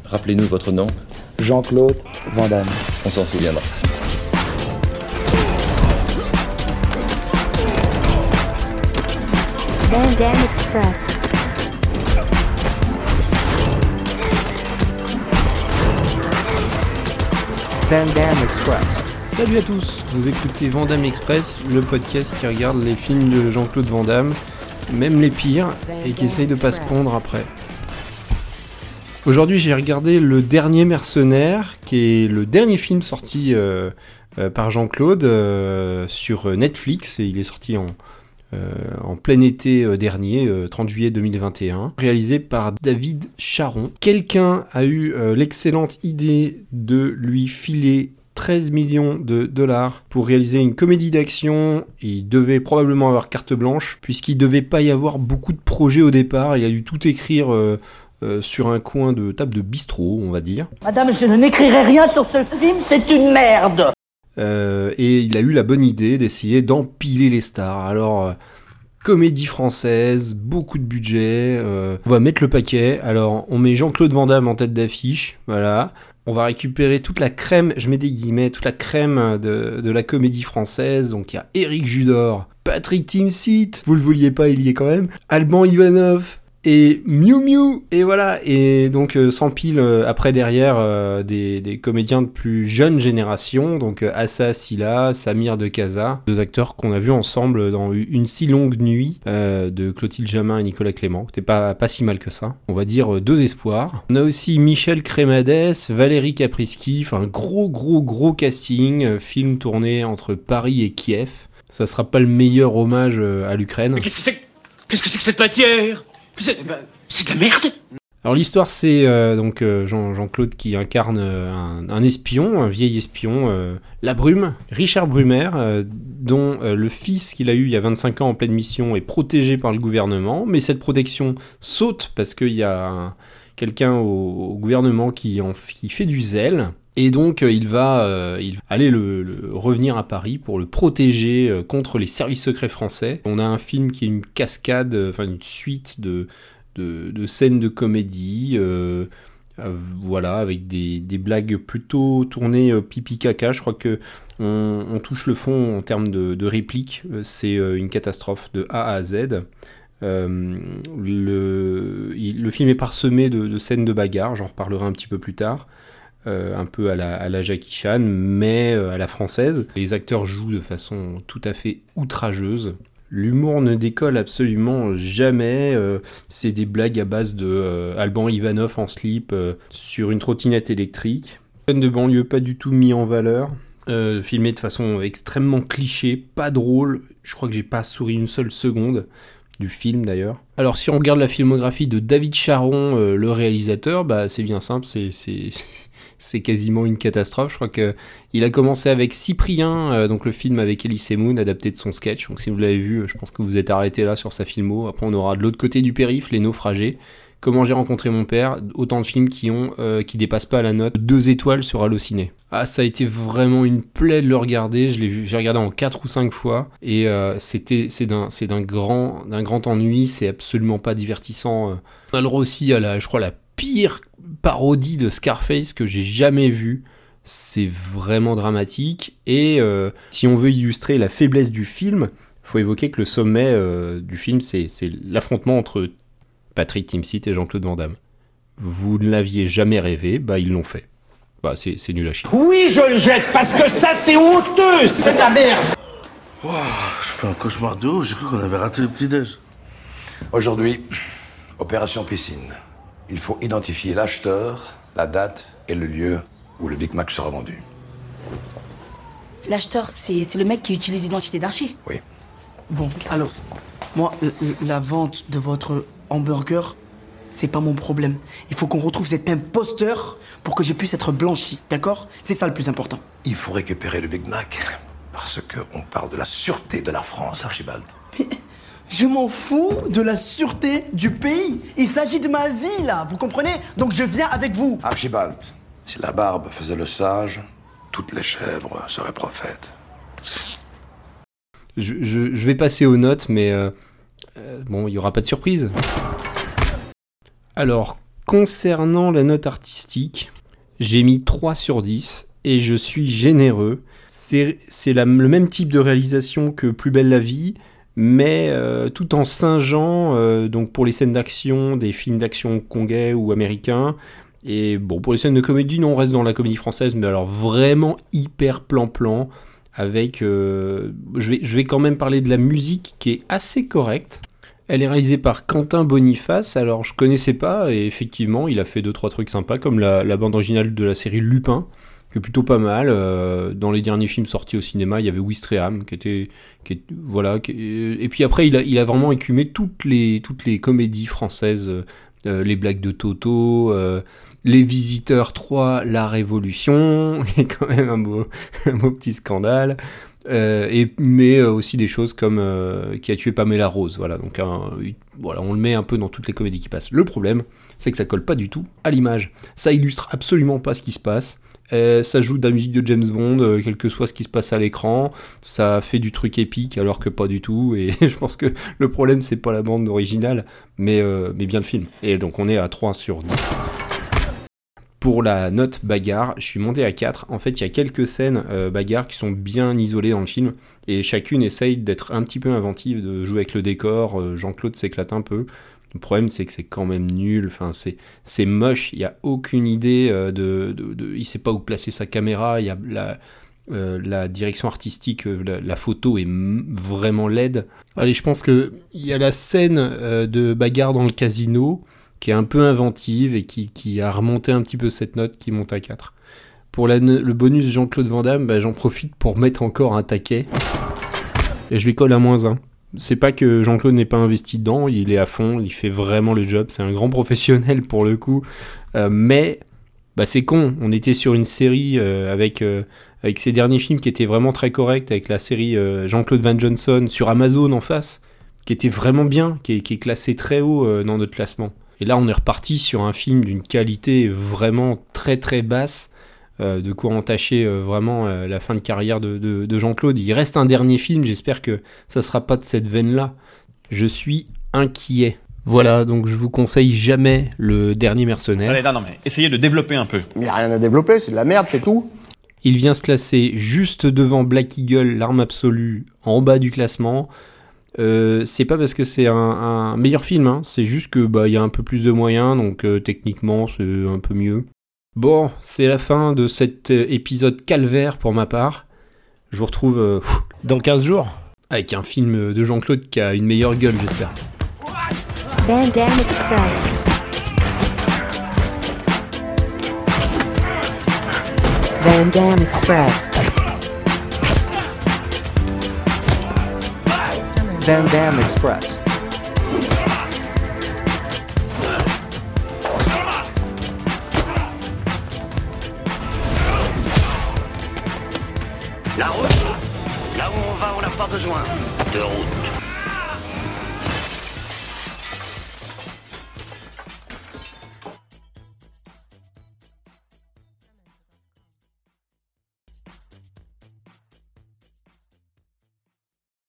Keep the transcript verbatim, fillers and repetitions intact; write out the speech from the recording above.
Rappelez-nous votre nom. Jean-Claude Van Damme. On s'en souviendra. Van Damme Express. Van Damme Express. Salut à tous, vous écoutez Van Damme Express, le podcast qui regarde les films de Jean-Claude Van Damme, même les pires, et qui essaye de pas se pondre après. Aujourd'hui, j'ai regardé Le Dernier Mercenaire, qui est le dernier film sorti euh, euh, par Jean-Claude euh, sur Netflix, et il est sorti en, euh, en plein été euh, dernier, euh, trente juillet deux mille vingt et un, réalisé par David Charon. Quelqu'un a eu euh, l'excellente idée de lui filer treize millions de dollars pour réaliser une comédie d'action. Il devait probablement avoir carte blanche, puisqu'il devait pas y avoir beaucoup de projets au départ. Il a dû tout écrire euh, euh, sur un coin de table de bistrot, on va dire. Madame, je n'écrirai rien sur ce film, c'est une merde. Euh, et il a eu la bonne idée d'essayer d'empiler les stars. Alors, euh, comédie française, beaucoup de budget, euh, on va mettre le paquet. Alors, on met Jean-Claude Van Damme en tête d'affiche, voilà. On va récupérer toute la crème, je mets des guillemets, toute la crème de, de la comédie française. Donc il y a Éric Judor, Patrick Timsit, vous le vouliez pas, il y est quand même, Alban Ivanov et Miu Miu. Et voilà, et donc euh, s'empile euh, après derrière euh, des, des comédiens de plus jeune génération. Donc euh, Assa Silla, Samir de Casa, deux acteurs qu'on a vus ensemble dans Une si longue nuit euh, de Clotilde Jamin et Nicolas Clément. C'était pas, pas si mal que ça. On va dire euh, deux espoirs. On a aussi Michel Crémades, Valérie Caprisky, enfin gros gros gros casting, euh, film tourné entre Paris et Kiev. Ça sera pas le meilleur hommage euh, à l'Ukraine. Mais qu'est-ce que c'est que... Qu'est-ce que c'est que cette matière ? C'est, c'est de la merde. Alors l'histoire, c'est euh, donc euh, Jean, Jean-Claude qui incarne euh, un, un espion, un vieil espion, euh, La Brume, Richard Brumer, euh, dont euh, le fils qu'il a eu il y a vingt-cinq ans en pleine mission est protégé par le gouvernement, mais cette protection saute parce qu'il y a un, quelqu'un au, au gouvernement qui, en, qui fait du zèle. Et donc euh, il va euh, il va aller le, le revenir à Paris pour le protéger euh, contre les services secrets français. On a un film qui est une cascade, euh, enfin une suite de, de, de scènes de comédie, euh, euh, voilà, avec des, des blagues plutôt tournées euh, pipi caca. Je crois que on, on touche le fond en termes de, de répliques. C'est euh, une catastrophe de A à Z. Euh, le, il, le film est parsemé de, de scènes de bagarre, j'en reparlerai un petit peu plus tard. Euh, un peu à la, à la Jackie Chan, mais euh, à la française. Les acteurs jouent de façon tout à fait outrageuse. L'humour ne décolle absolument jamais. Euh, c'est des blagues à base de euh, Alban Ivanov en slip euh, sur une trottinette électrique. Scène de banlieue pas du tout mis en valeur. Euh, filmé de façon extrêmement cliché, pas drôle. Je crois que j'ai pas souri une seule seconde du film d'ailleurs. Alors si on regarde la filmographie de David Charon, euh, le réalisateur, bah c'est bien simple, c'est... c'est... c'est quasiment une catastrophe. Je crois qu'il a commencé avec Cyprien, euh, donc le film avec Elise Moon, adapté de son sketch. Donc si vous l'avez vu, je pense que vous êtes arrêté là sur sa filmo. Après on aura de l'autre côté du périph', Les Naufragés, Comment j'ai rencontré mon père, autant de films qui ont euh, qui dépassent pas la note deux étoiles sur Allociné. Ah, ça a été vraiment une plaie de le regarder. Je l'ai vu, j'ai regardé en quatre ou cinq fois et euh, c'était c'est d'un c'est d'un grand d'un grand ennui. C'est absolument pas divertissant. On a le droit aussi à la, je crois la pire parodie de Scarface que j'ai jamais vue. C'est vraiment dramatique. Et euh, si on veut illustrer la faiblesse du film, il faut évoquer que le sommet euh, du film, c'est, c'est l'affrontement entre Patrick Timsit et Jean-Claude Van Damme. Vous ne l'aviez jamais rêvé, bah ils l'ont fait. Bah c'est, c'est nul à chier. Oui, je le jette parce que ça, c'est honteux, c'est de la merde. Wow, je fais un cauchemar de ouf, j'ai cru qu'on avait raté le petit-déj. Aujourd'hui, opération piscine. Il faut identifier l'acheteur, la date et le lieu où le Big Mac sera vendu. L'acheteur, c'est, c'est le mec qui utilise l'identité d'Archie. Oui. Bon, alors, moi, euh, la vente de votre hamburger, c'est pas mon problème. Il faut qu'on retrouve cet imposteur pour que je puisse être blanchi, d'accord ? C'est ça le plus important. Il faut récupérer le Big Mac, parce qu'on parle de la sûreté de la France, Archibald. Mais je m'en fous de la sûreté du pays. Il s'agit de ma vie, là, vous comprenez ? Donc je viens avec vous. Archibald, si la barbe faisait le sage, toutes les chèvres seraient prophètes. Je, je, je vais passer aux notes, mais euh, euh, bon, il n'y aura pas de surprise. Alors, Concernant la note artistique, j'ai mis trois sur dix et je suis généreux. C'est, c'est la, le même type de réalisation que Plus belle la vie, mais euh, tout en singeant, euh, donc pour les scènes d'action, des films d'action congais ou américains. Et bon, pour les scènes de comédie, non, on reste dans la comédie française, mais alors vraiment hyper plan-plan, avec... Euh, je vais, je vais quand même parler de la musique qui est assez correcte. Elle est réalisée par Quentin Boniface, alors je connaissais pas, et effectivement, il a fait deux trois trucs sympas, comme la, la bande originale de la série Lupin, qui est plutôt pas mal. Euh, dans les derniers films sortis au cinéma, il y avait Ouistreham, qui était... Qui est, voilà, qui, et puis après, il a, il a vraiment écumé toutes les, toutes les comédies françaises, euh, les blagues de Toto... Euh, Les Visiteurs trois, La Révolution, qui est quand même un beau, un beau petit scandale, euh, et, mais aussi des choses comme euh, Qui a tué Pamela Rose, voilà, donc un, voilà, on le met un peu dans toutes les comédies qui passent. Le problème, c'est que ça colle pas du tout à l'image, ça illustre absolument pas ce qui se passe, euh, ça joue de la musique de James Bond, euh, quel que soit ce qui se passe à l'écran, ça fait du truc épique alors que pas du tout, et je pense que le problème c'est pas la bande originale, mais, euh, mais bien le film, et donc on est à trois sur dix. Pour la note bagarre, je suis monté à quatre. En fait, il y a quelques scènes euh, bagarre qui sont bien isolées dans le film, et chacune essaye d'être un petit peu inventive, de jouer avec le décor. Euh, Jean-Claude s'éclate un peu. Le problème, c'est que c'est quand même nul. Enfin, c'est, c'est moche. Il n'y a aucune idée euh, de, de, de... Il ne sait pas où placer sa caméra. Il y a la, euh, la direction artistique, euh, la, la photo est m- vraiment laide. Allez, je pense qu'il y a la scène euh, de bagarre dans le casino, qui est un peu inventive et qui, qui a remonté un petit peu cette note qui monte à quatre. Pour la, le bonus Jean-Claude Van Damme, bah, j'en profite pour mettre encore un taquet. Et je lui colle à moins un. C'est pas que Jean-Claude n'est pas investi dedans, il est à fond, il fait vraiment le job, c'est un grand professionnel pour le coup. Euh, mais bah, c'est con, on était sur une série euh, avec, euh, avec ses derniers films qui étaient vraiment très corrects, avec la série euh, Jean-Claude Van Johnson sur Amazon en face, qui était vraiment bien, qui est, qui est classé très haut euh, dans notre classement. Et là, on est reparti sur un film d'une qualité vraiment très très basse, euh, de quoi entacher euh, vraiment euh, la fin de carrière de, de, de Jean-Claude. Il reste un dernier film, j'espère que ça sera pas de cette veine-là. Je suis inquiet. Voilà, donc je vous conseille jamais Le Dernier Mercenaire. Allez, non, non, mais essayez de développer un peu. Il n'y a rien à développer, c'est de la merde, c'est tout. Il vient se classer juste devant Black Eagle, L'Arme Absolue, en bas du classement. Euh, c'est pas parce que c'est un, un meilleur film, hein, c'est juste que bah y a un peu plus de moyens, donc euh, techniquement c'est un peu mieux. Bon, c'est la fin de cet euh, épisode calvaire pour ma part. Je vous retrouve euh, dans quinze jours avec un film de Jean-Claude qui a une meilleure gueule, j'espère. Van Damme Express. Van Damme Express. Van Damme Express. La route. Là où on va, on n'a pas besoin de route.